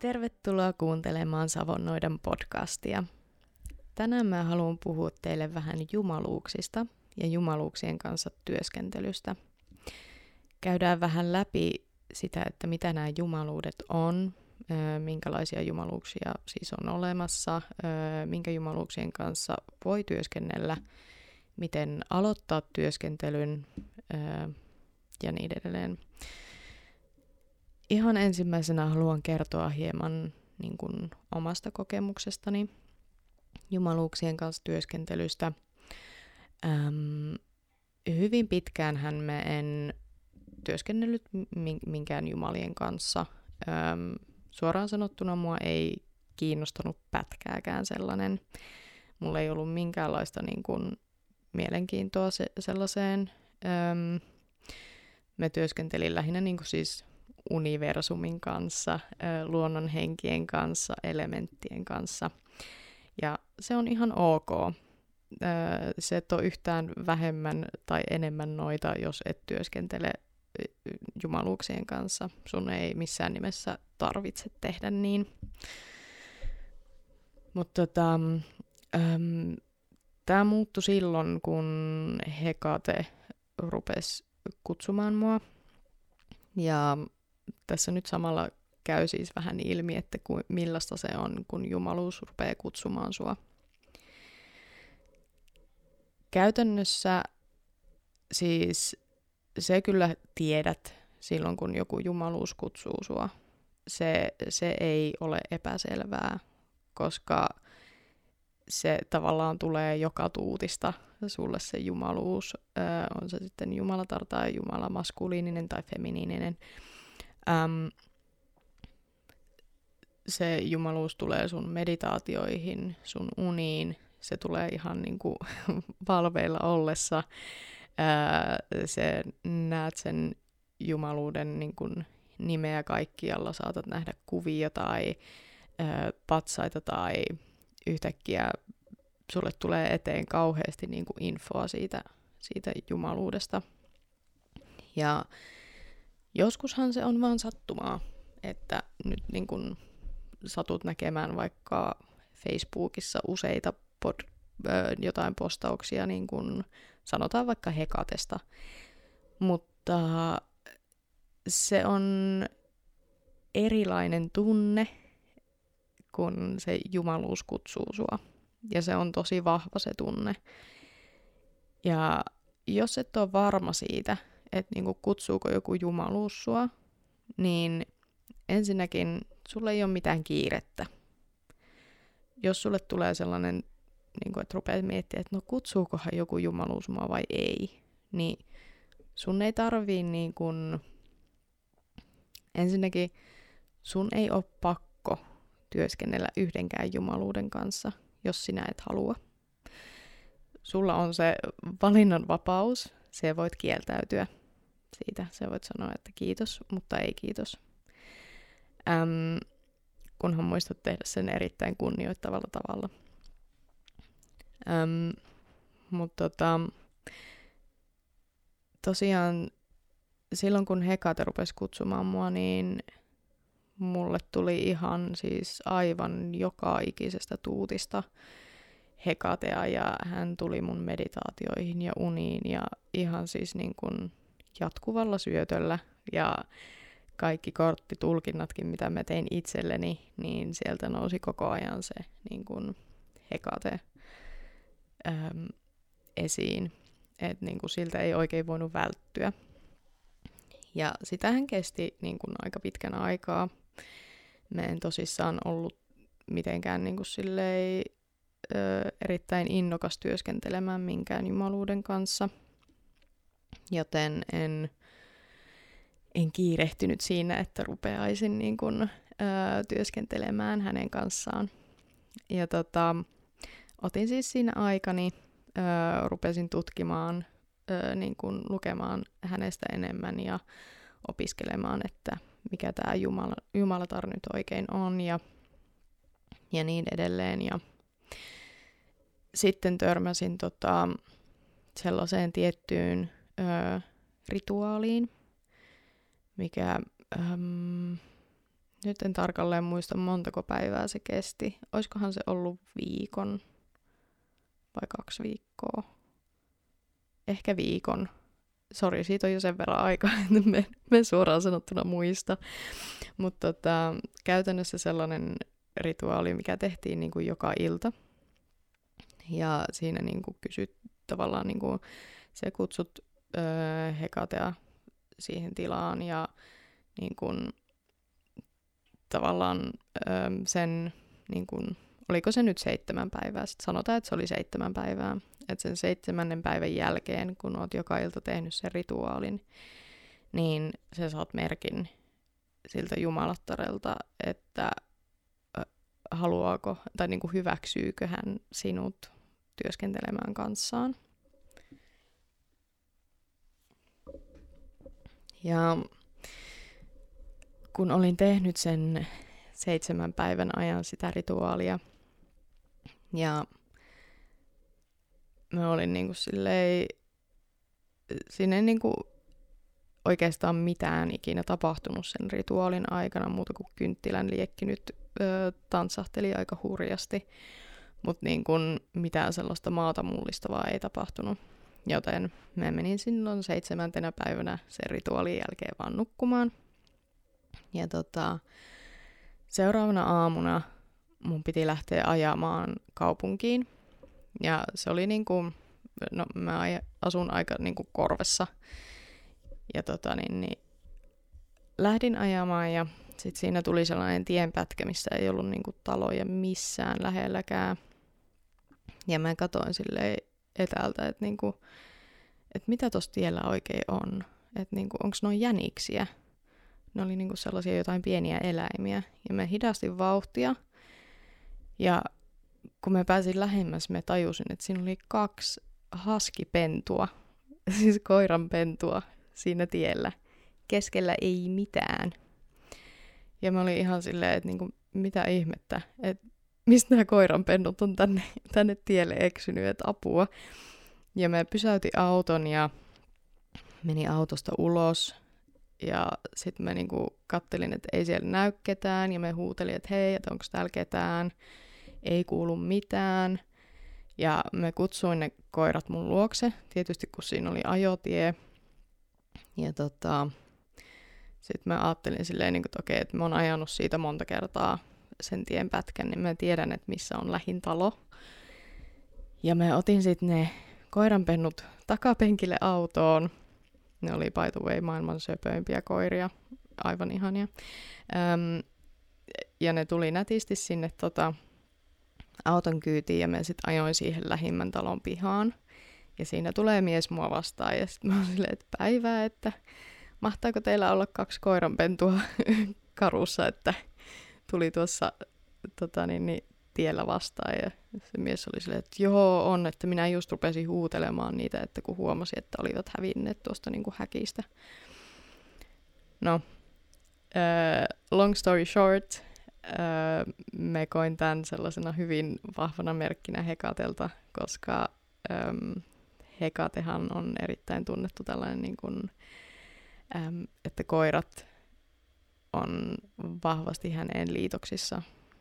Tervetuloa kuuntelemaan Savonnoidan podcastia. Tänään mä haluan puhua teille vähän jumaluuksista ja jumaluuksien kanssa työskentelystä. Käydään vähän läpi sitä, että mitä nämä jumaluudet on, minkälaisia jumaluuksia siis on olemassa, minkä jumaluuksien kanssa voi työskennellä, miten aloittaa työskentelyn ja niin edelleen. Ihan ensimmäisenä haluan kertoa hieman niin kuin omasta kokemuksestani jumaluuksien kanssa työskentelystä. Hyvin pitkäänhän mä en työskennellyt minkään jumalien kanssa. Suoraan sanottuna mua ei kiinnostanut pätkääkään sellainen. Mulla ei ollut minkäänlaista niin kuin mielenkiintoa sellaiseen. Mä työskentelin lähinnä niin kuin siis universumin kanssa, luonnonhenkien kanssa, elementtien kanssa. Ja se on ihan ok. Se et ole yhtään vähemmän tai enemmän noita, jos et työskentele jumaluuksien kanssa. Sun ei missään nimessä tarvitse tehdä niin. Mutta tämä muuttui silloin, kun Hekate rupesi kutsumaan mua. Ja tässä nyt samalla käy siis vähän ilmi, että millaista se on, kun jumaluus rupeaa kutsumaan sua. Käytännössä siis se kyllä tiedät silloin, kun joku jumaluus kutsuu sua. Se ei ole epäselvää, koska se tavallaan tulee joka tuutista sulle se jumaluus. On se sitten jumalatar tai jumala maskuliininen tai feminiininen. Se jumaluus tulee sun meditaatioihin, sun uniin. Se tulee ihan niin kuin valveilla ollessa. Se näet sen jumaluuden niin kuin nimeä kaikkialla. Saatat nähdä kuvia tai patsaita tai yhtäkkiä sulle tulee eteen kauheasti niin kuin infoa siitä jumaluudesta. Ja joskushan se on vaan sattumaa, että nyt niin kun satut näkemään vaikka Facebookissa useita jotain postauksia, niin kun sanotaan vaikka Hekatesta. Mutta se on erilainen tunne, kun se jumaluus kutsuu sua. Ja se on tosi vahva se tunne. Ja jos et ole varma siitä, että niinku kutsuuko joku jumaluus sua, niin ensinnäkin sulla ei ole mitään kiirettä. Jos sulle tulee sellainen, niinku, että rupeat miettimään, että no kutsuukohan joku jumaluus mua vai ei, niin sun ei tarvii niinku, ensinnäkin sun ei ole pakko työskennellä yhdenkään jumaluuden kanssa, jos sinä et halua. Sulla on se valinnanvapaus, se voit kieltäytyä siitä. Se voit sanoa, että kiitos, mutta ei kiitos. Kunhan muistat tehdä sen erittäin kunnioittavalla tavalla. Mutta tosiaan silloin kun Hekate rupesi kutsumaan mua, niin mulle tuli ihan siis aivan joka ikisestä tuutista Hekatea ja hän tuli mun meditaatioihin ja uniin ja ihan siis niin kuin jatkuvalla syötöllä ja kaikki korttitulkinnatkin, mitä mä tein itselleni, niin sieltä nousi koko ajan se niin kuin Hekate esiin, että niin kuin siltä ei oikein voinut välttyä. Ja sitähän kesti niin kuin aika pitkän aikaa. Mä en tosissaan ollut mitenkään niin kuin silleen, erittäin innokas työskentelemään minkään jumaluuden kanssa, joten en kiirehtynyt siinä, että rupeaisin niin kuin, työskentelemään hänen kanssaan. Ja otin siis siinä aikani, rupesin tutkimaan, niin kuin lukemaan hänestä enemmän ja opiskelemaan, että mikä tämä jumalatar nyt oikein on ja niin edelleen. Ja sitten törmäsin sellaiseen tiettyyn rituaaliin, mikä nyt en tarkalleen muista montako päivää se kesti. Oiskohan se ollut viikon vai 2 viikkoa? Ehkä viikon. Sori, siitä on jo sen verran aikaa, että me suoraan sanottuna muista. Mutta käytännössä sellainen rituaali, mikä tehtiin niin kuin joka ilta. Ja siinä niin kuin kysyt tavallaan, niin kuin, se kutsut Hekatea siihen tilaan ja niin kuin, tavallaan sen, niin kuin, oliko se nyt 7 päivää? Sitten sanotaan, että se oli 7 päivää. Että sen 7. päivän jälkeen, kun oot joka ilta tehnyt sen rituaalin, niin sä saat merkin siltä jumalattarelta, että haluaako tai niin kuin hyväksyykö hän sinut työskentelemään kanssaan. Ja kun olin tehnyt sen 7 päivän ajan sitä rituaalia, ja mä olin niinku silleen, siinä ei niinku oikeastaan mitään ikinä tapahtunut sen rituaalin aikana, muuta kuin kynttilän liekki nyt tanssahteli aika hurjasti, mutta niin kun mitään sellaista maata mullistavaa ei tapahtunut. Joten mä menin silloin 7. päivänä sen rituaalin jälkeen vaan nukkumaan. Ja seuraavana aamuna mun piti lähteä ajamaan kaupunkiin. Ja se oli niinku, no mä asun aika niinku korvessa. Ja lähdin ajamaan ja sitten siinä tuli sellainen tienpätkä, missä ei ollut niinku taloja missään lähelläkään. Ja mä katsoin silleen etäältä, että niinku, et mitä tossa tiellä oikein on. Että niinku, onko noin jäniksiä? Ne oli niinku sellaisia jotain pieniä eläimiä. Ja mä hidastin vauhtia. Ja kun mä pääsin lähemmäs, mä tajusin, että siinä oli 2 haskipentua, siis koiranpentua siinä tiellä. Keskellä ei mitään. Ja mä olin ihan silleen, että niinku, mitä ihmettä, että mistä nämä koiranpennut on tänne tielle eksynyt, että apua. Ja mä pysäytin auton ja menin autosta ulos. Ja sitten mä niinku kattelin, että ei siellä näy ketään. Ja mä huutelin, että hei, että onko täällä ketään. Ei kuulu mitään. Ja mä kutsuin ne koirat mun luokse, tietysti kun siinä oli ajotie. Ja sitten mä ajattelin silleen, että okei, että mä oon ajanut siitä monta kertaa sen tien pätkän, niin mä tiedän, että missä on lähin talo. Ja mä otin sitten ne koiranpennut takapenkille autoon. Ne oli by the way maailman söpöimpiä koiria, aivan ihania. Ja ne tuli nätisti sinne auton kyytiin ja mä sitten ajoin siihen lähimmän talon pihaan. Ja siinä tulee mies mua vastaan ja sitten mä oon silleen, että päivää, että mahtaako teillä olla 2 koiranpentua karussa, että tuli tuossa tiellä vastaan. Ja se mies oli silleen, että joo on, että minä just rupesin huutelemaan niitä, että kun huomasin, että olivat hävinneet tuosta niinku häkistä. No, long story short, me koin tämän sellaisena hyvin vahvana merkkinä Hekatelta, koska Hekatehan on erittäin tunnettu tällainen, niin kuin, että koirat on vahvasti häneen liitoksissa.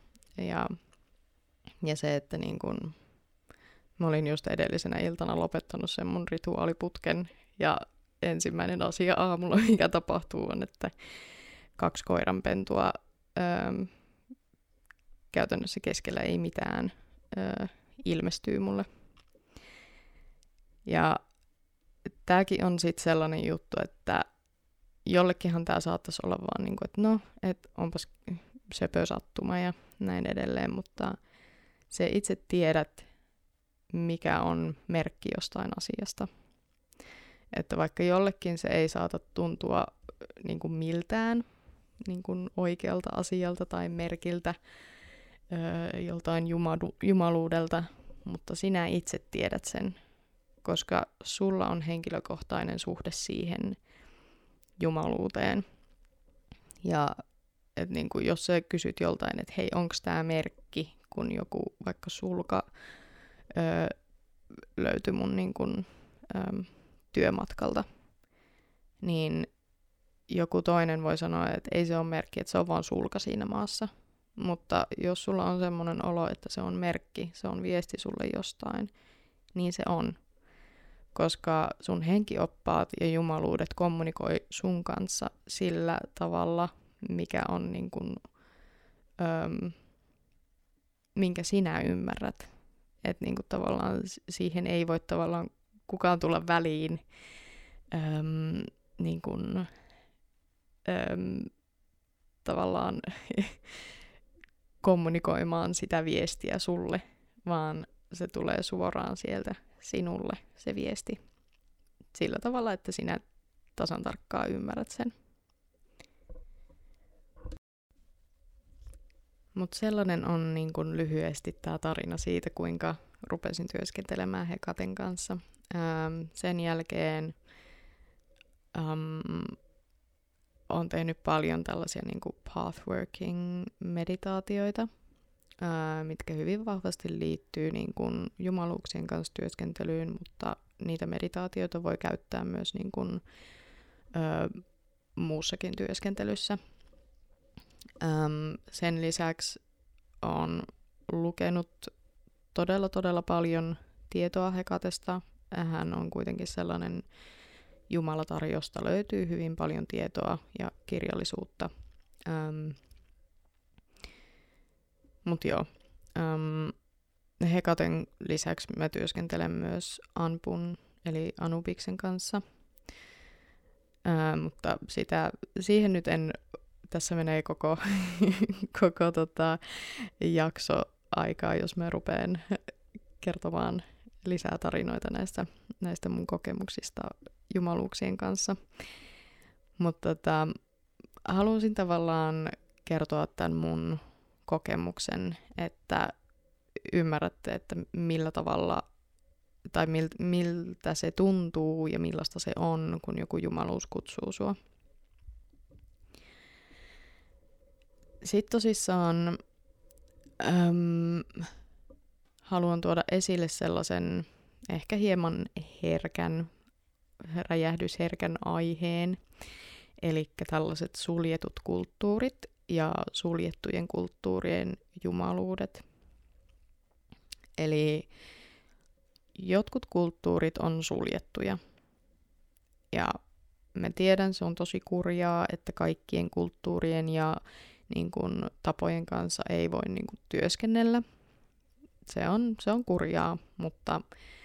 Ja se, että niin kun, mä olin just edellisenä iltana lopettanut sen mun rituaaliputken ja ensimmäinen asia aamulla, mikä tapahtuu, on, että 2 koiranpentua käytännössä keskellä ei mitään ilmestyy mulle. Ja tääkin on sitten sellainen juttu, että jollekinhan tää saattaisi olla vaan niin kuin, että no, että onpas söpö sattuma ja näin edelleen, mutta se itse tiedät, mikä on merkki jostain asiasta. Että vaikka jollekin se ei saata tuntua niin kuin miltään niin kuin oikealta asialta tai merkiltä, joltain jumaluudelta, mutta sinä itse tiedät sen, koska sulla on henkilökohtainen suhde siihen jumaluuteen. Ja et niin kuin jos sä kysyt joltain, että hei, onko tämä merkki, kun joku vaikka sulka löytyi mun niin kuin, työmatkalta, niin joku toinen voi sanoa, että ei se ole merkki, että se on vaan sulka siinä maassa. Mutta jos sulla on semmoinen olo, että se on merkki, se on viesti sulle jostain, niin se on. Koska sun henkioppaat ja jumaluudet kommunikoi sun kanssa sillä tavalla, mikä on niin kuin, minkä sinä ymmärrät. Että niin kuin tavallaan siihen ei voi tavallaan kukaan tulla väliin niin kuin, tavallaan kommunikoimaan sitä viestiä sulle, vaan se tulee suoraan sieltä sinulle, se viesti. Sillä tavalla, että sinä tasan tarkkaan ymmärrät sen. Mutta sellainen on niin kun lyhyesti tämä tarina siitä, kuinka rupesin työskentelemään Hekaten kanssa. Sen jälkeen olen tehnyt paljon tällaisia niin kuin pathworking-meditaatioita, mitkä hyvin vahvasti liittyy niin kuin jumaluuksien kanssa työskentelyyn, mutta niitä meditaatioita voi käyttää myös niin kuin, muussakin työskentelyssä. Sen lisäksi olen lukenut todella paljon tietoa Hekatesta. Hän on kuitenkin sellainen jumalatar, josta löytyy hyvin paljon tietoa ja kirjallisuutta. Mut joo. Hekaten lisäksi mä työskentelen myös Anpun eli Anubiksen kanssa. Mutta siihen nyt en, tässä menee koko jakso aikaa, jos mä rupean kertomaan lisää tarinoita näistä mun kokemuksista jumaluuksien kanssa. Mutta halusin tavallaan kertoa tämän mun kokemuksen, että ymmärrätte, että millä tavalla tai miltä se tuntuu ja millaista se on, kun joku jumaluus kutsuu sua. Sitten tosissaan haluan tuoda esille sellaisen ehkä hieman räjähdysherkän aiheen, eli tällaiset suljetut kulttuurit ja suljettujen kulttuurien jumaluudet. Eli jotkut kulttuurit on suljettuja. Ja mä tiedän, se on tosi kurjaa, että kaikkien kulttuurien ja niin kun, tapojen kanssa ei voi niin kun, työskennellä. Se on kurjaa, mutta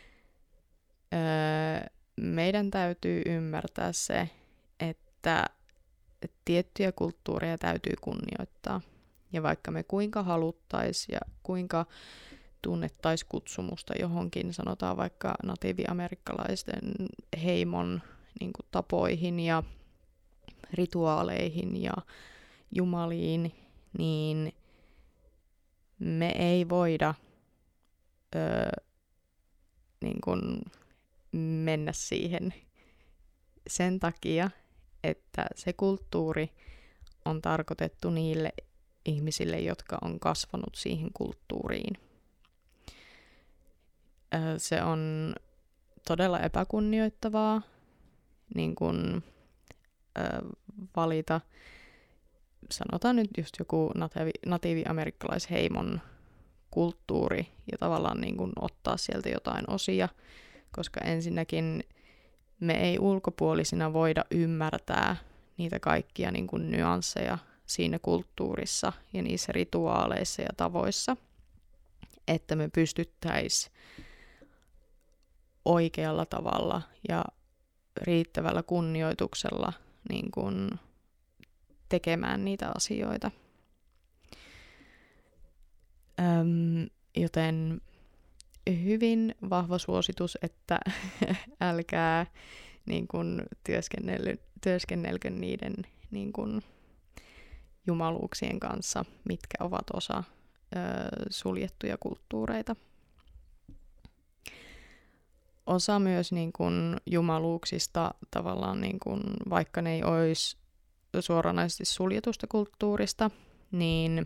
meidän täytyy ymmärtää se, että tiettyjä kulttuureja täytyy kunnioittaa. Ja vaikka me kuinka haluttaisiin ja kuinka tunnettaisiin kutsumusta johonkin, sanotaan vaikka natiiviamerikkalaisten heimon niin kuin tapoihin ja rituaaleihin ja jumaliin, niin me ei voida niin kuin mennä siihen sen takia, että se kulttuuri on tarkoitettu niille ihmisille, jotka on kasvanut siihen kulttuuriin. Se on todella epäkunnioittavaa niin kun, valita, sanotaan nyt just joku natiivi-amerikkalaisheimon kulttuuri ja tavallaan niin kun ottaa sieltä jotain osia, koska ensinnäkin me ei ulkopuolisina voida ymmärtää niitä kaikkia niin kun nyansseja siinä kulttuurissa ja niissä rituaaleissa ja tavoissa, että me pystyttäisiin oikealla tavalla ja riittävällä kunnioituksella niin kun tekemään niitä asioita. Joten hyvin vahva suositus, että älkää niin kun työskennelkö niiden niin kun jumaluuksien kanssa, mitkä ovat osa suljettuja kulttuureita. Osa myös niin kun jumaluuksista tavallaan, niin kun, vaikka ne ei olisi suoranaisesti suljetusta kulttuurista, niin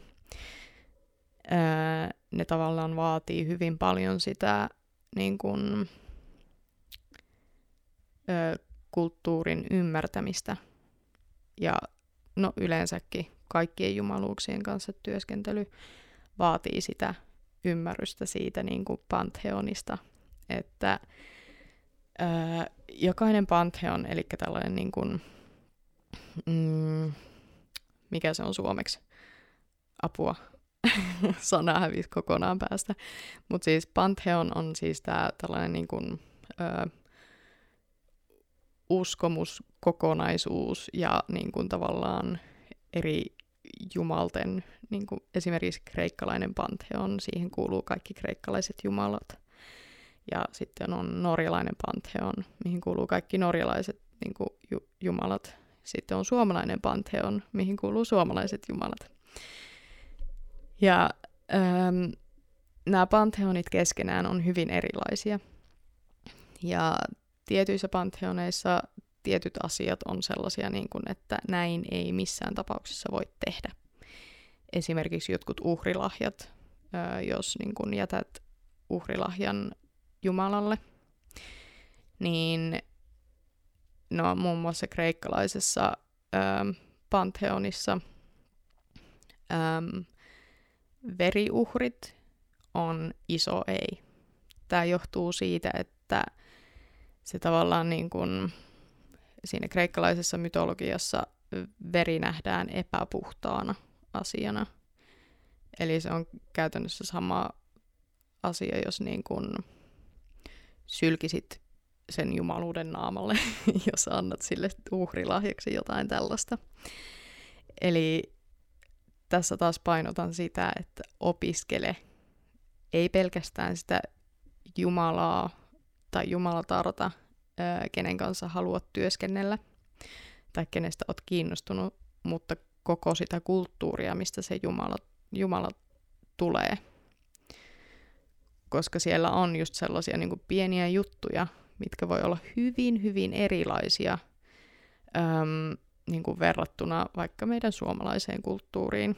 ne tavallaan vaatii hyvin paljon sitä niin kun, kulttuurin ymmärtämistä. ja no yleensäkin kaikkien jumaluuksien kanssa työskentely vaatii sitä ymmärrystä siitä niin kuin pantheonista, että jokainen pantheon, eli tällainen niin kuin, mikä se on suomeksi? Apua. Sana hävisi kokonaan päästä. Mutta siis pantheon on siis tämä tällainen niin kuin, uskomuskokonaisuus ja niin kuin tavallaan eri jumalten, niin kuin esimerkiksi kreikkalainen pantheon, siihen kuuluu kaikki kreikkalaiset jumalat. Ja sitten on norjalainen pantheon, mihin kuuluu kaikki norjalaiset niin kuin jumalat. Sitten on suomalainen pantheon, mihin kuuluu suomalaiset jumalat. Ja nämä pantheonit keskenään on hyvin erilaisia. Ja tietyissä pantheoneissa tietyt asiat on sellaisia, niin kuin, että näin ei missään tapauksessa voi tehdä. Esimerkiksi jotkut uhrilahjat, jos niin kuin jätät uhrilahjan Jumalalle, niin no, muun muassa kreikkalaisessa pantheonissa veriuhrit on iso ei. Tämä johtuu siitä, että se tavallaan niin kuin siinä kreikkalaisessa mytologiassa veri nähdään epäpuhtaana asiana. Eli se on käytännössä sama asia, jos niin kuin sylkisit sen jumaluuden naamalle, jos annat sille uhrilahjaksi jotain tällaista. Eli tässä taas painotan sitä, että opiskele ei pelkästään sitä Jumalaa tai Jumalatarta, kenen kanssa haluat työskennellä tai kenestä olet kiinnostunut, mutta koko sitä kulttuuria, mistä se Jumala tulee. Koska siellä on just sellaisia niin kuin pieniä juttuja, mitkä voi olla hyvin, hyvin erilaisia niin kuin verrattuna vaikka meidän suomalaiseen kulttuuriin.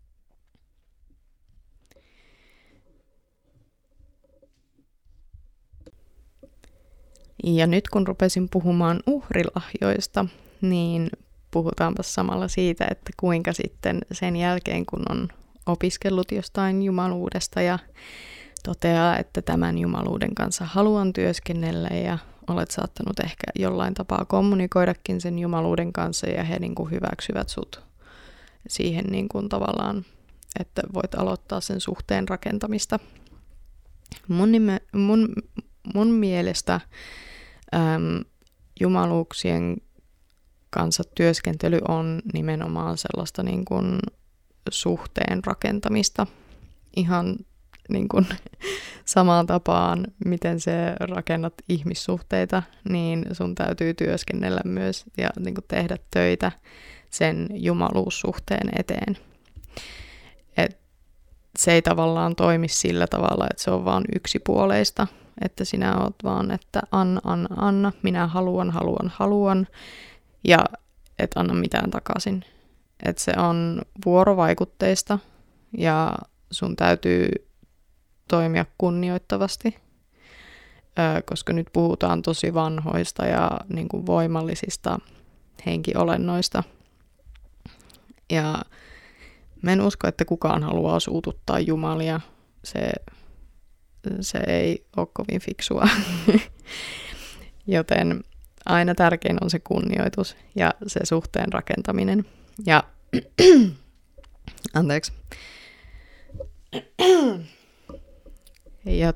Ja nyt kun rupesin puhumaan uhrilahjoista, niin puhutaanpa samalla siitä, että kuinka sitten sen jälkeen, kun on opiskellut jostain jumaluudesta ja toteaa, että tämän jumaluuden kanssa haluan työskennellä ja olet saattanut ehkä jollain tapaa kommunikoidakin sen jumaluuden kanssa ja he niin kuin hyväksyvät sut siihen niin kuin tavallaan, että voit aloittaa sen suhteen rakentamista. Mun mielestä jumaluuksien kanssa työskentely on nimenomaan sellaista niin kuin suhteen rakentamista. Ihan niin kuin samaan tapaan, miten se rakennat ihmissuhteita, niin sun täytyy työskennellä myös ja niin kuin tehdä töitä sen jumaluussuhteen eteen. Et se ei tavallaan toimi sillä tavalla, että se on vaan yksipuoleista, että sinä oot vaan, että anna, minä haluan, ja et anna mitään takaisin. Että se on vuorovaikutteista ja sun täytyy toimia kunnioittavasti, koska nyt puhutaan tosi vanhoista ja niin kuin voimallisista henkiolennoista. Ja mä en usko, että kukaan haluaa suututtaa jumalia. Se ei ole kovin fiksua. Joten aina tärkein on se kunnioitus ja se suhteen rakentaminen. Ja anteeksi. Ja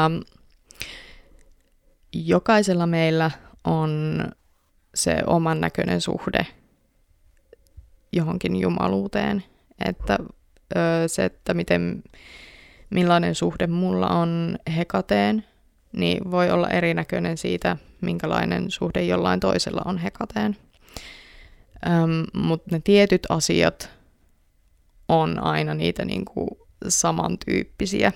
jokaisella meillä on se oman näköinen suhde johonkin jumaluuteen. Että se, että millainen suhde mulla on Hekateen, niin voi olla erinäköinen siitä, minkälainen suhde jollain toisella on Hekateen. Mutta ne tietyt asiat on aina niitä niinku samantyyppisiä.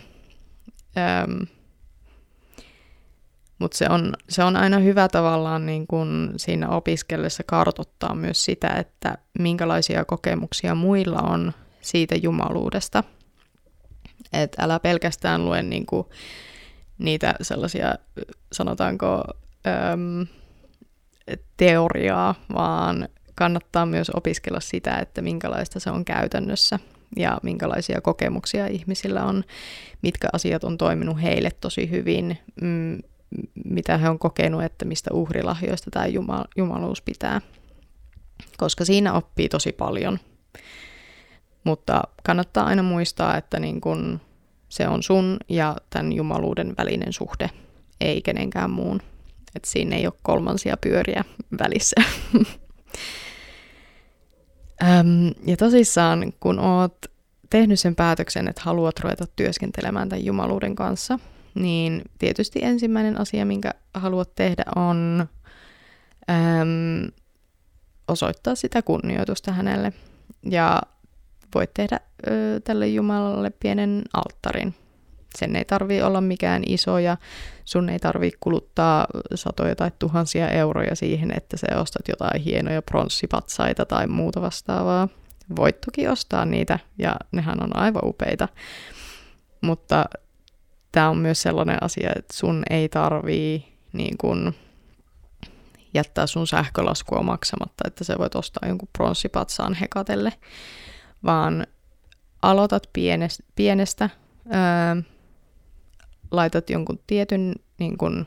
Mutta se on aina hyvä tavallaan niin kun siinä opiskellessa kartoittaa myös sitä, että minkälaisia kokemuksia muilla on siitä jumaluudesta. Et älä pelkästään lue niinku niitä sellaisia, sanotaanko, teoriaa, vaan kannattaa myös opiskella sitä, että minkälaista se on käytännössä ja minkälaisia kokemuksia ihmisillä on, mitkä asiat on toiminut heille tosi hyvin, mitä he on kokenut, että mistä uhrilahjoista tämä jumaluus pitää, koska siinä oppii tosi paljon. Mutta kannattaa aina muistaa, että niin kun se on sun ja tämän jumaluuden välinen suhde, ei kenenkään muun. Että siinä ei ole kolmansia pyöriä välissä. Ja tosissaan, kun oot tehnyt sen päätöksen, että haluat ruveta työskentelemään tämän jumaluuden kanssa, niin tietysti ensimmäinen asia, minkä haluat tehdä, on osoittaa sitä kunnioitusta hänelle. Ja voit tehdä tälle Jumalalle pienen alttarin. Sen ei tarvitse olla mikään iso ja sun ei tarvitse kuluttaa satoja tai tuhansia euroja siihen, että sä ostat jotain hienoja pronssipatsaita tai muuta vastaavaa. Voit toki ostaa niitä ja nehän on aivan upeita. Mutta tämä on myös sellainen asia, että sun ei tarvii niin kun jättää sun sähkölaskua maksamatta, että sä voit ostaa jonkun pronssipatsaan Hekatelle, vaan aloitat pienestä, laitat jonkun tietyn niin kun,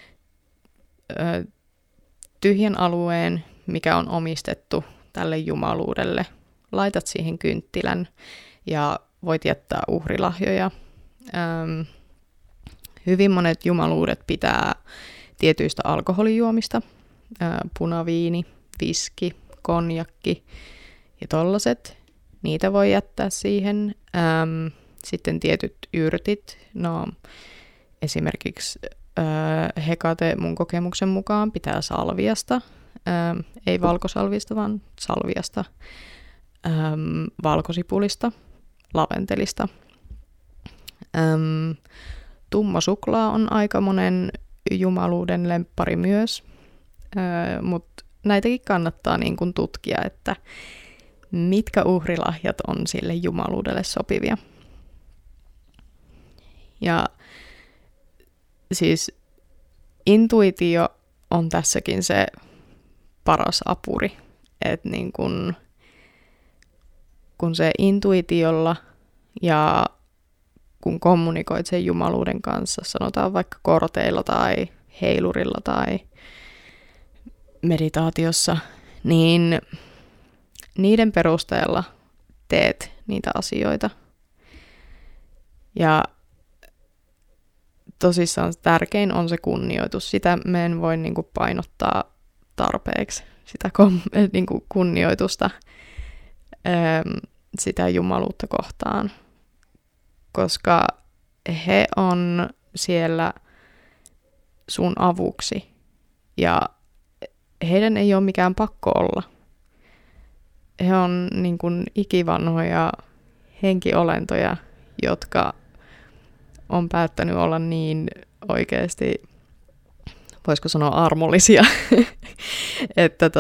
tyhjän alueen, mikä on omistettu tälle jumaluudelle. Laitat siihen kynttilän ja voit jättää uhrilahjoja. Hyvin monet jumaluudet pitää tietyistä alkoholijuomista, punaviini, viski, konjakki ja tollaset. Niitä voi jättää siihen. Sitten tietyt yrtit, no esimerkiksi Hekate mun kokemuksen mukaan pitää salviasta, ei valkosalviasta, vaan salviasta, valkosipulista, laventelista. Tumma suklaa on aika monen jumaluuden lemppari myös, mutta näitäkin kannattaa niin kun tutkia, että mitkä uhrilahjat on sille jumaluudelle sopivia. Ja siis intuitio on tässäkin se paras apuri, että niin kun se intuitiolla ja kun kommunikoit sen jumaluuden kanssa, sanotaan vaikka korteilla tai heilurilla tai meditaatiossa, niin niiden perusteella teet niitä asioita. Ja tosissaan tärkein on se kunnioitus. Sitä me en voi niin kuin painottaa tarpeeksi, sitä niin kuin kunnioitusta sitä jumaluutta kohtaan. Koska he on siellä sun avuksi ja heidän ei ole mikään pakko olla. He on niin kuin ikivanhoja henkiolentoja, jotka on päättänyt olla niin oikeasti, voisiko sanoa armollisia, että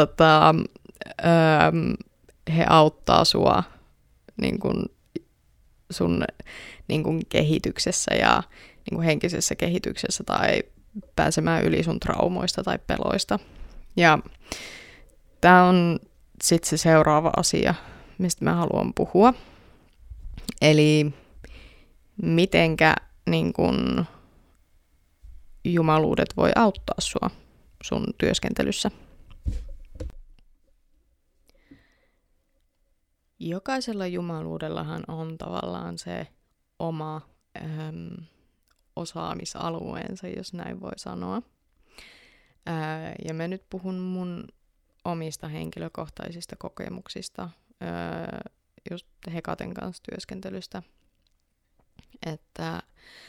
he auttaa sua niin kuin sun niin kuin kehityksessä ja niin kuin henkisessä kehityksessä tai pääsemään yli sun traumoista tai peloista. Ja tämä on sitten se seuraava asia, mistä mä haluan puhua. Eli mitenkä niin kun jumaluudet voi auttaa sua sun työskentelyssä. Jokaisella jumaluudellahan on tavallaan se oma osaamisalueensa, jos näin voi sanoa. Ja mä nyt puhun mun omista henkilökohtaisista kokemuksista, just Hekaten kanssa työskentelystä. Että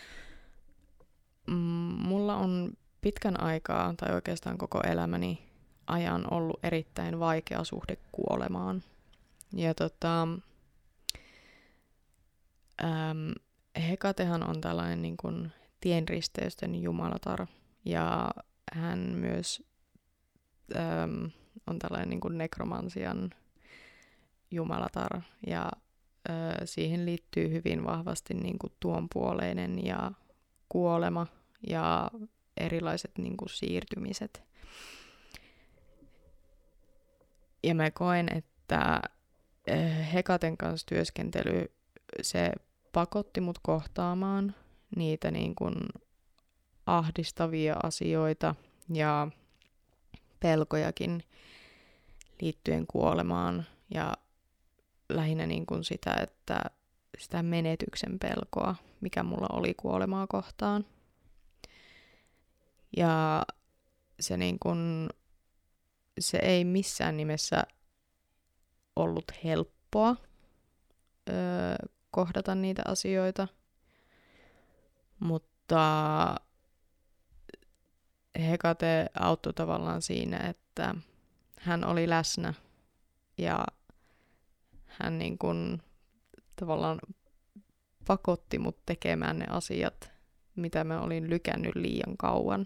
mulla on pitkän aikaa, tai oikeastaan koko elämäni ajan ollut erittäin vaikea suhde kuolemaan. Ja Hekatehan on tällainen niin kuin tienristeysten jumalatar, ja hän myös on tällainen niin kuin nekromansian jumalatar, ja siihen liittyy hyvin vahvasti niin kuin tuonpuoleinen ja kuolema ja erilaiset niin kuin siirtymiset. Ja mä koen, että Hekaten kanssa työskentely, se pakotti mut kohtaamaan niitä niin kuin ahdistavia asioita ja pelkojakin liittyen kuolemaan ja lähinnä niin kuin sitä menetyksen pelkoa, mikä mulla oli kuolemaa kohtaan. Ja se, niin kuin, se ei missään nimessä ollut helppoa kohdata niitä asioita, mutta Hekate auttoi tavallaan siinä, että hän oli läsnä ja hän niin kuin tavallaan pakotti mut tekemään ne asiat, mitä mä olin lykännyt liian kauan.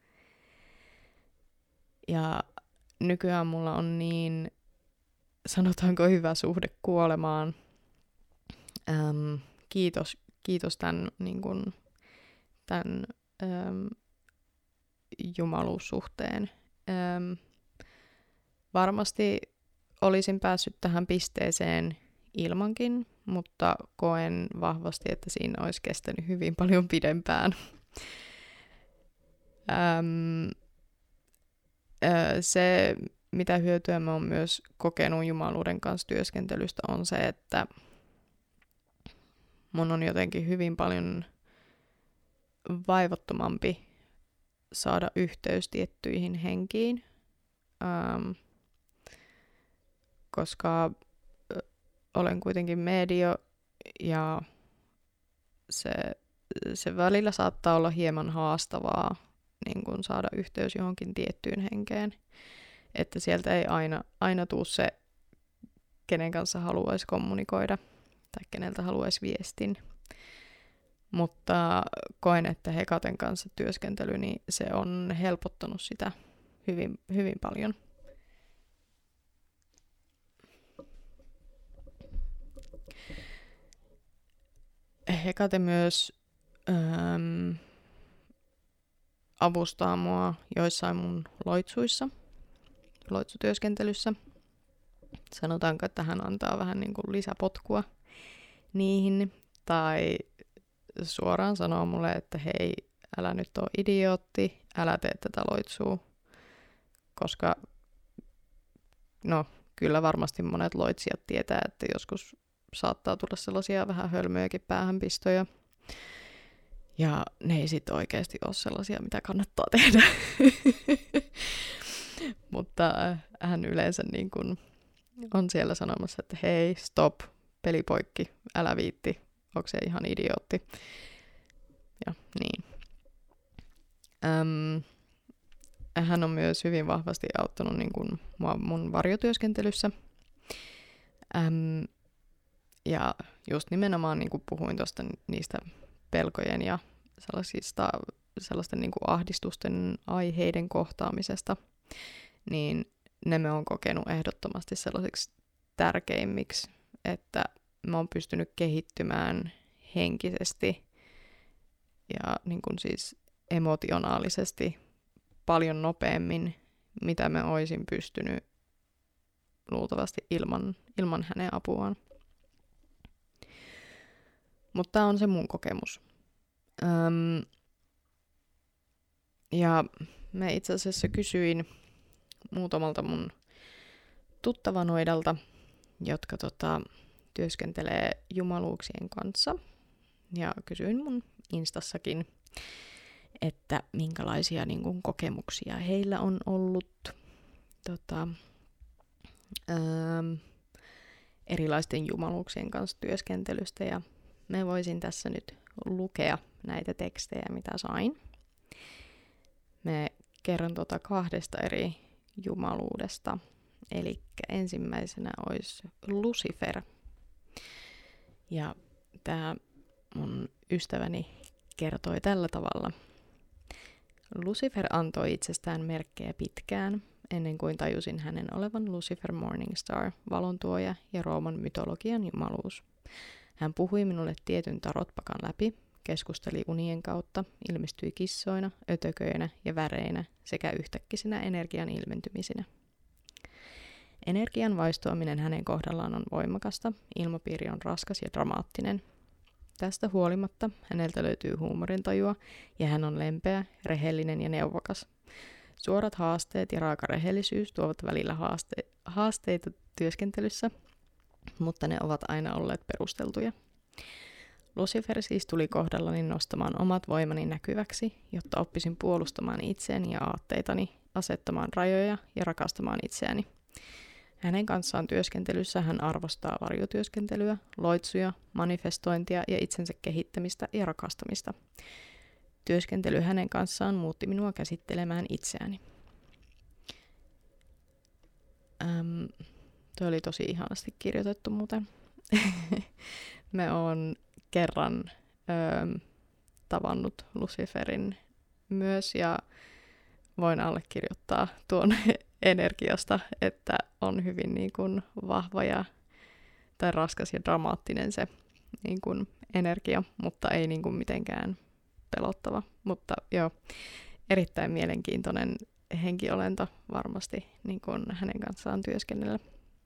Ja nykyään mulla on niin, sanotaanko, hyvä suhde kuolemaan. Kiitos tämän, niin kuin, tämän jumaluussuhteen. Varmasti olisin päässyt tähän pisteeseen ilmankin, mutta koen vahvasti, että siinä olisi kestänyt hyvin paljon pidempään. Se, mitä hyötyä mä oon myös kokenut jumaluuden kanssa työskentelystä, on se, että mun on jotenkin hyvin paljon vaivattomampi saada yhteys tiettyihin henkiin, koska olen kuitenkin medio ja se välillä saattaa olla hieman haastavaa niin kun saada yhteys johonkin tiettyyn henkeen, että sieltä ei aina tule se, kenen kanssa haluaisi kommunikoida tai keneltä haluaisi viestin. Mutta koen, että Hekaten kanssa työskentely, niin se on helpottanut sitä hyvin, hyvin paljon. Hekate myös avustaa mua joissain mun loitsutyöskentelyssä. Sanotaanko, että hän antaa vähän niin kuin lisäpotkua niihin, tai suoraan sanoo mulle, että hei, älä nyt ole idiootti, älä tee tätä loitsua, koska no kyllä varmasti monet loitsijat tietää, että joskus saattaa tulla sellaisia vähän hölmöjäkin päähänpistoja, ja ne ei sitten oikeasti ole sellaisia, mitä kannattaa tehdä. Mutta hän yleensä niin kun on siellä sanomassa, että hei, stop, peli poikki, älä viitti, onko se ihan idiootti. Ja niin. Hän on myös hyvin vahvasti auttanut niin kun mua mun varjotyöskentelyssä. Ja just nimenomaan niin kuin puhuin tuosta niistä pelkojen ja sellaisten niin kuin ahdistusten aiheiden kohtaamisesta, niin ne me on kokenut ehdottomasti sellaisiksi tärkeimmiksi, että mä oon pystynyt kehittymään henkisesti ja niin kuin siis emotionaalisesti paljon nopeammin, mitä mä oisin pystynyt luultavasti ilman hänen apuaan. Mutta tämä on se mun kokemus. Ja mä itse asiassa kysyin muutamalta mun tuttavanoidalta, jotka työskentelee jumaluuksien kanssa. Ja kysyin mun Instassakin, että minkälaisia niin kun, kokemuksia heillä on ollut erilaisten jumaluuksien kanssa työskentelystä. Ja mä voisin tässä nyt lukea näitä tekstejä, mitä sain. Mä kerron 2 eri jumaluudesta. Eli ensimmäisenä olisi Lucifer. Ja tämä mun ystäväni kertoi tällä tavalla. Lucifer antoi itsestään merkkejä pitkään, ennen kuin tajusin hänen olevan Lucifer Morningstar, valontuoja ja Rooman mytologian jumaluus. Hän puhui minulle tietyn tarotpakan läpi, keskusteli unien kautta, ilmestyi kissoina, ötököinä ja väreinä sekä yhtäkkisinä energian ilmentymisinä. Energian vaistoaminen hänen kohdallaan on voimakasta, ilmapiiri on raskas ja dramaattinen. Tästä huolimatta häneltä löytyy huumorintajua ja hän on lempeä, rehellinen ja neuvokas. Suorat haasteet ja raaka rehellisyys tuovat välillä haasteita työskentelyssä, mutta ne ovat aina olleet perusteltuja. Lucifer siis tuli kohdallani nostamaan omat voimani näkyväksi, jotta oppisin puolustamaan itseäni ja aatteitani, asettamaan rajoja ja rakastamaan itseäni. Hänen kanssaan työskentelyssä hän arvostaa varjotyöskentelyä, loitsuja, manifestointia ja itsensä kehittämistä ja rakastamista. Työskentely hänen kanssaan muutti minua käsittelemään itseäni. Tuo oli tosi ihanasti kirjoitettu muuten. Me on kerran tavannut Luciferin myös ja voin allekirjoittaa tuon energiasta, että on hyvin niin kuin vahva tai raskas ja dramaattinen se niin kuin energia, mutta ei niin kuin mitenkään pelottava. Mutta joo, erittäin mielenkiintoinen henkiolento varmasti niin kuin hänen kanssaan työskennellä.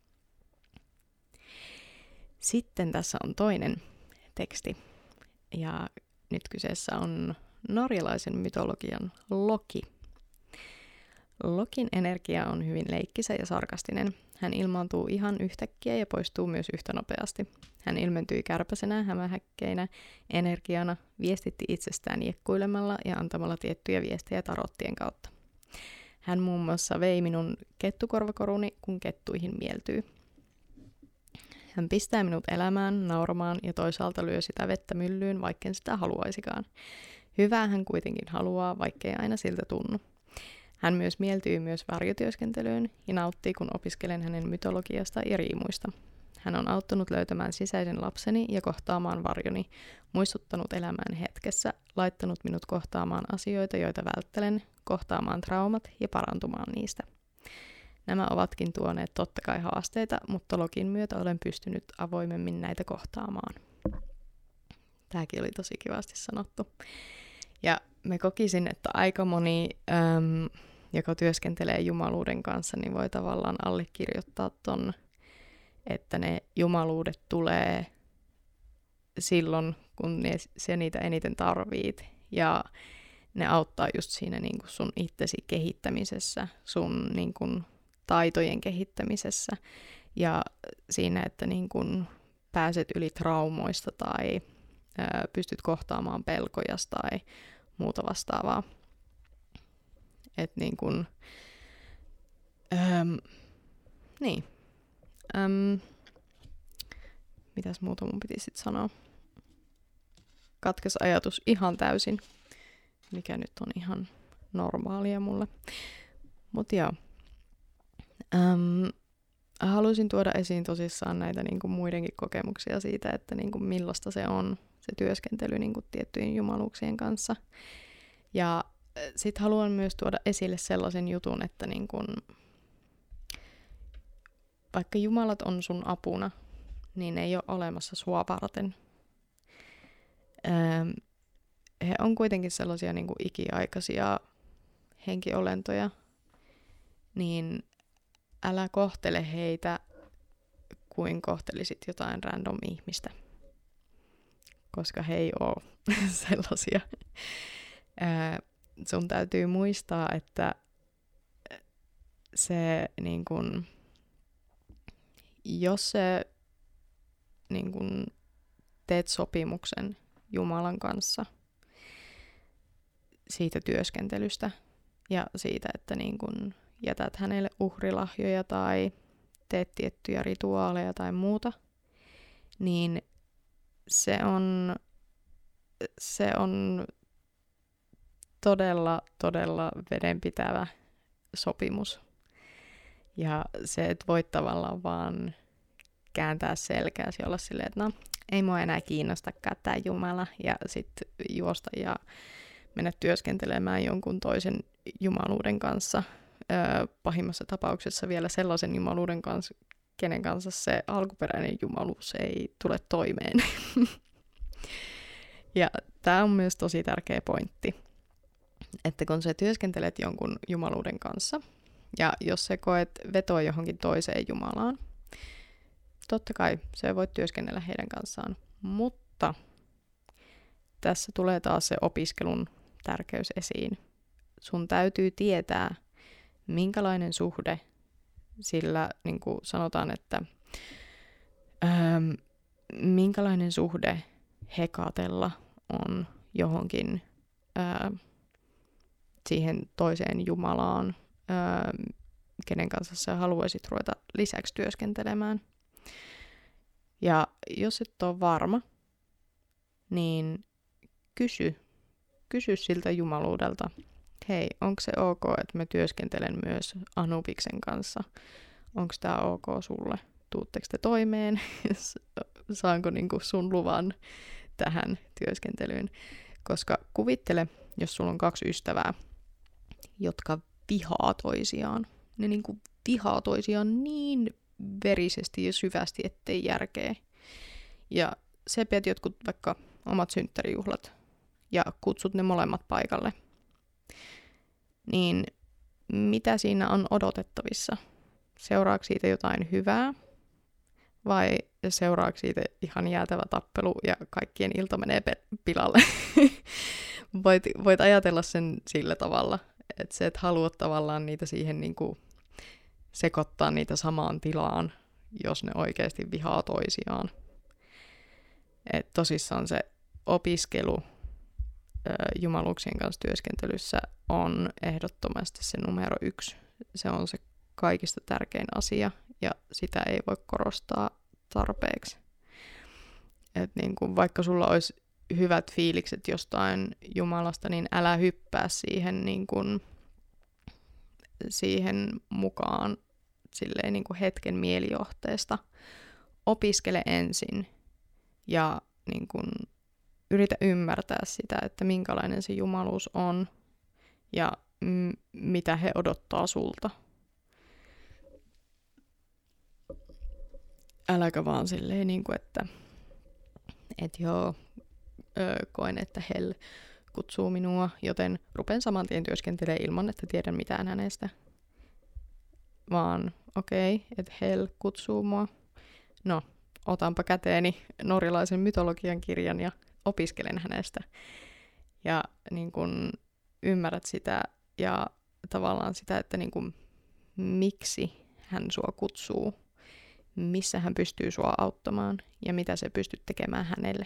Sitten tässä on toinen teksti, ja nyt kyseessä on norjalaisen mytologian Loki. Lokin energia on hyvin leikkisä ja sarkastinen. Hän ilmaantuu ihan yhtäkkiä ja poistuu myös yhtä nopeasti. Hän ilmentyi kärpäsenä, hämähäkkeinä, energiana, viestitti itsestään jekkuilemalla ja antamalla tiettyjä viestejä tarottien kautta. Hän muun muassa vei minun kettukorvakoruni, kun kettuihin mieltyy. Hän pistää minut elämään, nauramaan ja toisaalta lyö sitä vettä myllyyn, vaikken sitä haluaisikaan. Hyvää hän kuitenkin haluaa, vaikkei aina siltä tunnu. Hän myös mieltyy myös varjotyöskentelyyn ja nauttii, kun opiskelen hänen mytologiasta ja riimuista. Hän on auttanut löytämään sisäisen lapseni ja kohtaamaan varjoni, muistuttanut elämään hetkessä, laittanut minut kohtaamaan asioita, joita välttelen, kohtaamaan traumat ja parantumaan niistä. Nämä ovatkin tuoneet totta kai haasteita, mutta Lokin myötä olen pystynyt avoimemmin näitä kohtaamaan. Tämäkin oli tosi kivasti sanottu. Ja me kokisin, että aika moni, joka työskentelee jumaluuden kanssa, niin voi tavallaan allekirjoittaa ton, että ne jumaluudet tulee silloin, kun se niitä eniten tarvit. Ja ne auttaa just siinä niin kuin sun itsesi kehittämisessä, sun niin kuin taitojen kehittämisessä ja siinä, että niin kuin pääset yli traumoista tai pystyt kohtaamaan pelkoja tai muuta vastaavaa. Et niin kuin, niin. Mitäs muuta mun piti sit sanoa? Katkes ajatus ihan täysin, mikä nyt on ihan normaalia mulle. Mut joo. Haluaisin tuoda esiin tosissaan näitä niin kuin muidenkin kokemuksia siitä, että niin kuin millaista se on, se työskentely niin kuin tiettyjen jumaluuksien kanssa. Ja sitten haluan myös tuoda esille sellaisen jutun, että niin kuin, vaikka jumalat on sun apuna, niin ne ei ole olemassa sua varten. He on kuitenkin sellaisia niin kuin ikiaikaisia henkiolentoja, niin älä kohtele heitä kuin kohtelisit jotain random ihmistä, koska he ei ole sellaisia. Sun täytyy muistaa, että se niin kun, jos se niin kun, teet sopimuksen Jumalan kanssa siitä työskentelystä ja siitä, että niin kun jätät hänelle uhrilahjoja tai teet tiettyjä rituaaleja tai muuta, niin se on todella, todella vedenpitävä sopimus. Ja se, et voi tavallaan vaan kääntää selkääsi ja olla silleen, että no, ei mua enää kiinnostakaan tää Jumala, ja sitten juosta ja mennä työskentelemään jonkun toisen jumaluuden kanssa. Pahimmassa tapauksessa vielä sellaisen jumaluuden kanssa, kenen kanssa se alkuperäinen jumaluus ei tule toimeen. Ja tämä on myös tosi tärkeä pointti, että kun sä työskentelet jonkun jumaluuden kanssa, Ja jos sä koet vetoa johonkin toiseen Jumalaan, totta kai sä voit työskennellä heidän kanssaan, mutta tässä tulee taas se opiskelun tärkeys esiin. Sun täytyy tietää, minkälainen suhde, sillä niin kuin sanotaan, että minkälainen suhde hekatella on johonkin siihen toiseen Jumalaan, kenen kanssa sä haluaisit ruveta lisäksi työskentelemään. Ja jos et ole varma, niin kysy siltä jumaluudelta, hei, onko se ok, että mä työskentelen myös Anubiksen kanssa? Onko tämä ok sulle? Tuutteko te toimeen? Saanko niinku sun luvan tähän työskentelyyn? Koska kuvittele, jos sulla on 2 ystävää, jotka vihaa toisiaan. Ne niinku vihaa toisiaan niin verisesti ja syvästi, ettei järkeä. Ja sä pidät jotkut vaikka omat synttärijuhlat ja kutsut ne molemmat paikalle. Niin mitä siinä on odotettavissa? Seuraako siitä jotain hyvää? Vai seuraako siitä ihan jäätävä tappelu ja kaikkien ilta menee pilalle? Voit ajatella sen sillä tavalla, että sä et halua tavallaan niitä siihen niinku sekoittaa niitä samaan tilaan, jos ne oikeasti vihaa toisiaan. Et tosissaan se opiskelu jumaluuksien kanssa työskentelyssä on ehdottomasti se numero 1. Se on se kaikista tärkein asia, ja sitä ei voi korostaa tarpeeksi. Et niin kun vaikka sulla olisi hyvät fiilikset jostain Jumalasta, niin älä hyppää siihen, niin kun, siihen mukaan silleen niin kun hetken mielijohteesta. Opiskele ensin ja niin kun, yritä ymmärtää sitä, että minkälainen se jumaluus on ja mitä he odottaa sulta. Äläkä vaan silleen, niin kuin, että joo, koen, että Hell kutsuu minua, joten rupen saman tien työskentelemään ilman, että tiedän mitään hänestä. Vaan okei, että Hell kutsuu mua. No, otanpa käteeni norjalaisen mytologian kirjan ja opiskelen hänestä. Ja niin kun ymmärrät sitä ja tavallaan sitä, että niin kun, miksi hän sua kutsuu, missä hän pystyy sua auttamaan ja mitä se pystyt tekemään hänelle.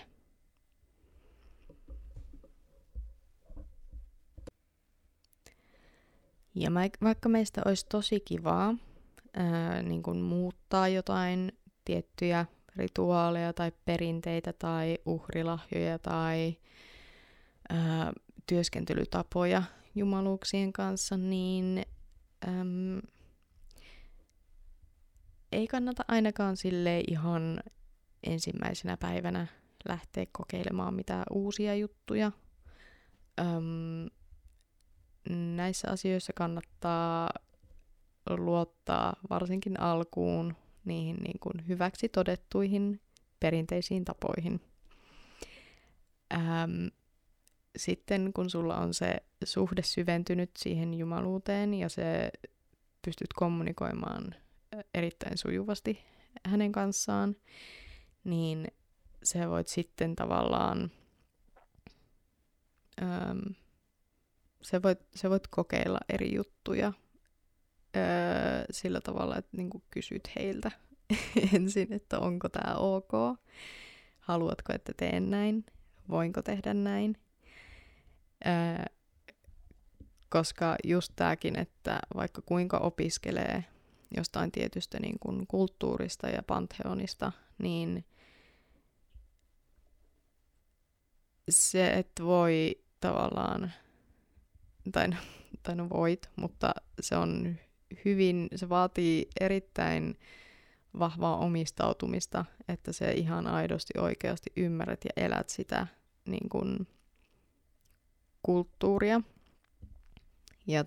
Ja vaikka meistä olisi tosi kivaa niin kun muuttaa jotain tiettyjä rituaaleja tai perinteitä tai uhrilahjoja tai työskentelytapoja jumaluuksien kanssa, niin ei kannata ainakaan silleen ihan ensimmäisenä päivänä lähteä kokeilemaan mitään uusia juttuja. Näissä asioissa kannattaa luottaa varsinkin alkuun niihin niin kuin hyväksi todettuihin perinteisiin tapoihin. Sitten kun sulla on se suhde syventynyt siihen jumaluuteen ja se pystyt kommunikoimaan erittäin sujuvasti hänen kanssaan, niin sä voit sitten tavallaan sä voit kokeilla eri juttuja sillä tavalla, että niinku kysyt heiltä ensin, että onko tää ok, haluatko, että teen näin, voinko tehdä näin. Koska just tääkin, että vaikka kuinka opiskelee jostain tietystä niin kuin kulttuurista ja pantheonista, niin se et voi tavallaan, tai no voit, mutta se vaatii erittäin vahvaa omistautumista, että se ihan aidosti oikeasti ymmärrät ja elät sitä niin kuin kulttuuria. Ja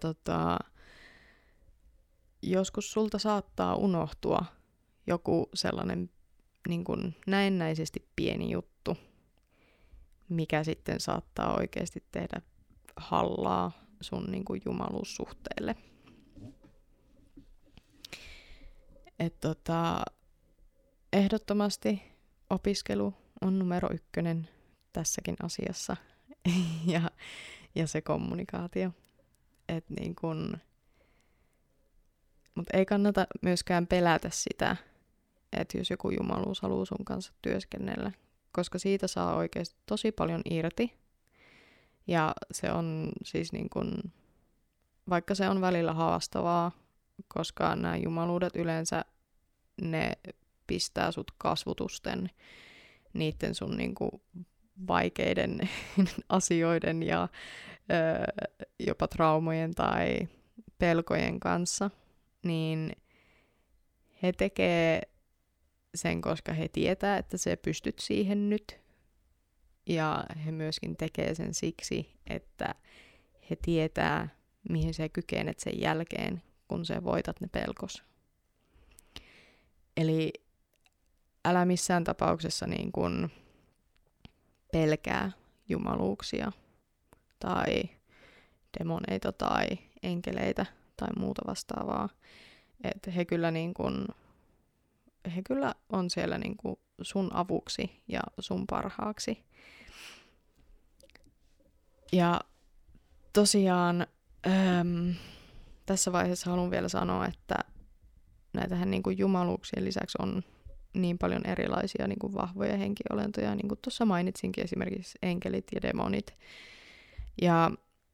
joskus sulta saattaa unohtua joku sellainen niin kuin näennäisesti pieni juttu, mikä sitten saattaa oikeasti tehdä hallaa sun niin kuin jumaluussuhteelle. Että ehdottomasti opiskelu on numero 1 tässäkin asiassa ja se kommunikaatio. Et niin kun, mut ei kannata myöskään pelätä sitä, että jos joku jumaluus haluaa sun kanssa työskennellä, koska siitä saa oikeasti tosi paljon irti. Ja se on siis niin kun, vaikka se on välillä haastavaa, koska nämä jumaluudet yleensä ne pistää sut kasvutusten niiden sun niinku vaikeiden asioiden ja jopa traumojen tai pelkojen kanssa, niin he tekee sen, koska he tietää, että sä pystyt siihen nyt. Ja he myöskin tekee sen siksi, että he tietää, mihin sä kykenet sen jälkeen, kun sä voitat ne pelkos. Eli älä missään tapauksessa niin kuin pelkää jumaluuksia tai demoneita tai enkeleitä tai muuta vastaavaa. Että he kyllä on siellä niin kuin sun avuksi ja sun parhaaksi. Ja tosiaan tässä vaiheessa haluan vielä sanoa, että näitähän niin kuin jumaluuksien lisäksi on niin paljon erilaisia niin kuin vahvoja henkiolentoja, niin kuin tuossa mainitsinkin esimerkiksi enkelit ja demonit. Ja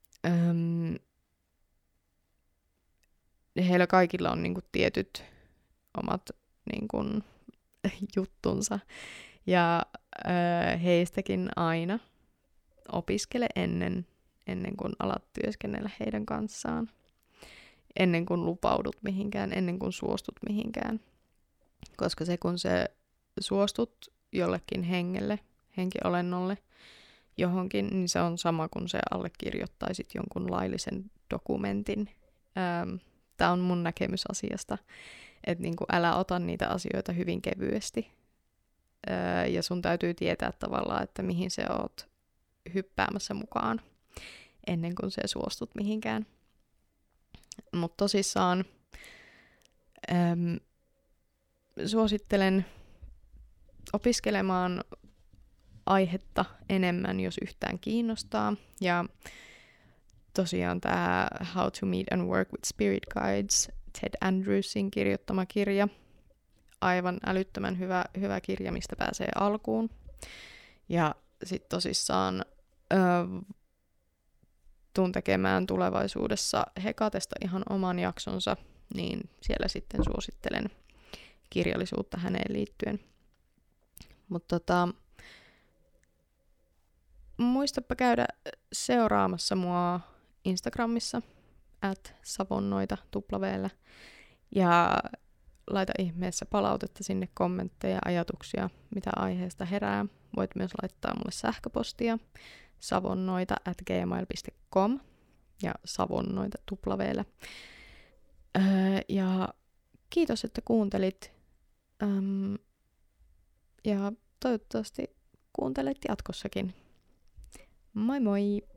heillä kaikilla on niin kuin tietyt omat niin kuin, juttunsa. Ja heistäkin aina opiskele ennen kuin alat työskennellä heidän kanssaan. Ennen kuin lupaudut mihinkään, ennen kuin suostut mihinkään. Koska se, kun sä suostut jollekin henkiolennolle johonkin, niin se on sama kuin sä allekirjoittaisit jonkun laillisen dokumentin. Tää on mun näkemys asiasta. Että niinku älä ota niitä asioita hyvin kevyesti. Ja sun täytyy tietää tavallaan, että mihin sä oot hyppäämässä mukaan ennen kuin sä suostut mihinkään. Mutta tosissaan suosittelen opiskelemaan aihetta enemmän, jos yhtään kiinnostaa. Ja tosiaan tämä How to Meet and Work with Spirit Guides, Ted Andrewsin kirjoittama kirja. Aivan älyttömän hyvä kirja, mistä pääsee alkuun. Ja sitten tosissaan tuun tekemään tulevaisuudessa Hekatesta ihan oman jaksonsa, niin siellä sitten suosittelen kirjallisuutta häneen liittyen. Mutta muistapa käydä seuraamassa mua Instagramissa @savonnoita @savonnoita ja laita ihmeessä palautetta sinne, kommentteja, ajatuksia, mitä aiheesta herää. Voit myös laittaa mulle sähköpostia savonnoita@gmail.com ja savonnoita @. Ja kiitos, että kuuntelit. Ja toivottavasti kuuntelet jatkossakin. Moi moi!